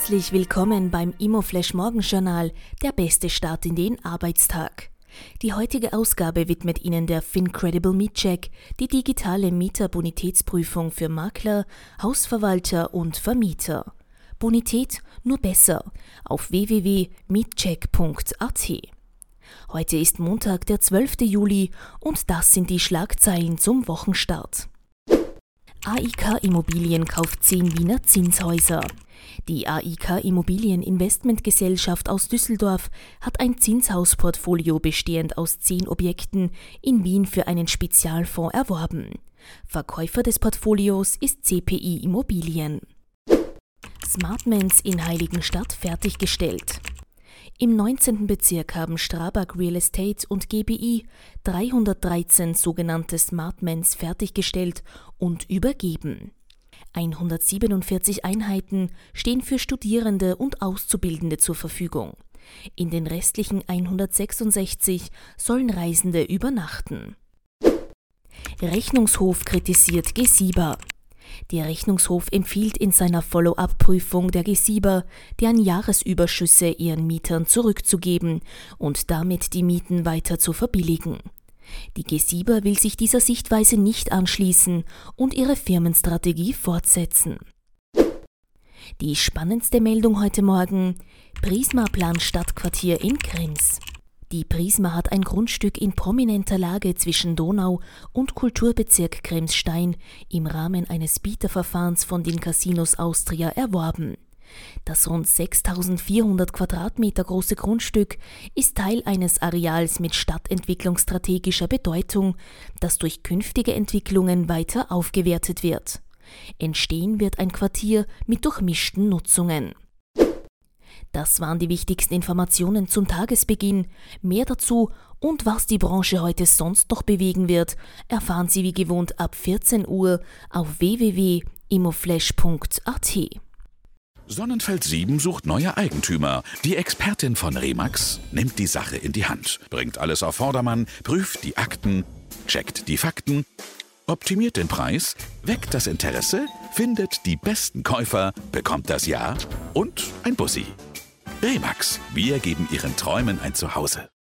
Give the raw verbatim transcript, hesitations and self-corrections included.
Herzlich willkommen beim Immoflash Morgenjournal, der beste Start in den Arbeitstag. Die heutige Ausgabe widmet Ihnen der FinCredible Mietcheck, die digitale Mieterbonitätsprüfung für Makler, Hausverwalter und Vermieter. Bonität nur besser auf w w w punkt mietcheck punkt a t. Heute ist Montag, der zwölfte Juli, und das sind die Schlagzeilen zum Wochenstart. A I K Immobilien kauft zehn Wiener Zinshäuser. Die A I K Immobilien Investmentgesellschaft aus Düsseldorf hat ein Zinshausportfolio bestehend aus zehn Objekten in Wien für einen Spezialfonds erworben. Verkäufer des Portfolios ist C P I Immobilien. Smartmans in Heiligenstadt fertiggestellt. Im neunzehnten Bezirk haben Strabag Real Estate und G B I dreihundertdreizehn sogenannte Smartmans fertiggestellt und übergeben. hundertsiebenundvierzig Einheiten stehen für Studierende und Auszubildende zur Verfügung. In den restlichen hundertsechsundsechzig sollen Reisende übernachten. Rechnungshof kritisiert Gesiber. Der Rechnungshof empfiehlt in seiner Follow-up-Prüfung der Gesiber, deren Jahresüberschüsse ihren Mietern zurückzugeben und damit die Mieten weiter zu verbilligen. Die Gesiber will sich dieser Sichtweise nicht anschließen und ihre Firmenstrategie fortsetzen. Die spannendste Meldung heute Morgen: Prisma plant Stadtquartier in Krems. Die Prisma hat ein Grundstück in prominenter Lage zwischen Donau und Kulturbezirk Krems-Stein im Rahmen eines Bieterverfahrens von den Casinos Austria erworben. Das rund sechstausendvierhundert Quadratmeter große Grundstück ist Teil eines Areals mit stadtentwicklungsstrategischer Bedeutung, das durch künftige Entwicklungen weiter aufgewertet wird. Entstehen wird ein Quartier mit durchmischten Nutzungen. Das waren die wichtigsten Informationen zum Tagesbeginn. Mehr dazu und was die Branche heute sonst noch bewegen wird, erfahren Sie wie gewohnt ab vierzehn Uhr auf w w w punkt immoflash punkt a t. Sonnenfeld sieben sucht neue Eigentümer. Die Expertin von Remax nimmt die Sache in die Hand, bringt alles auf Vordermann, prüft die Akten, checkt die Fakten, optimiert den Preis, weckt das Interesse, findet die besten Käufer, bekommt das Ja und ein Bussi. Remax, wir geben Ihren Träumen ein Zuhause.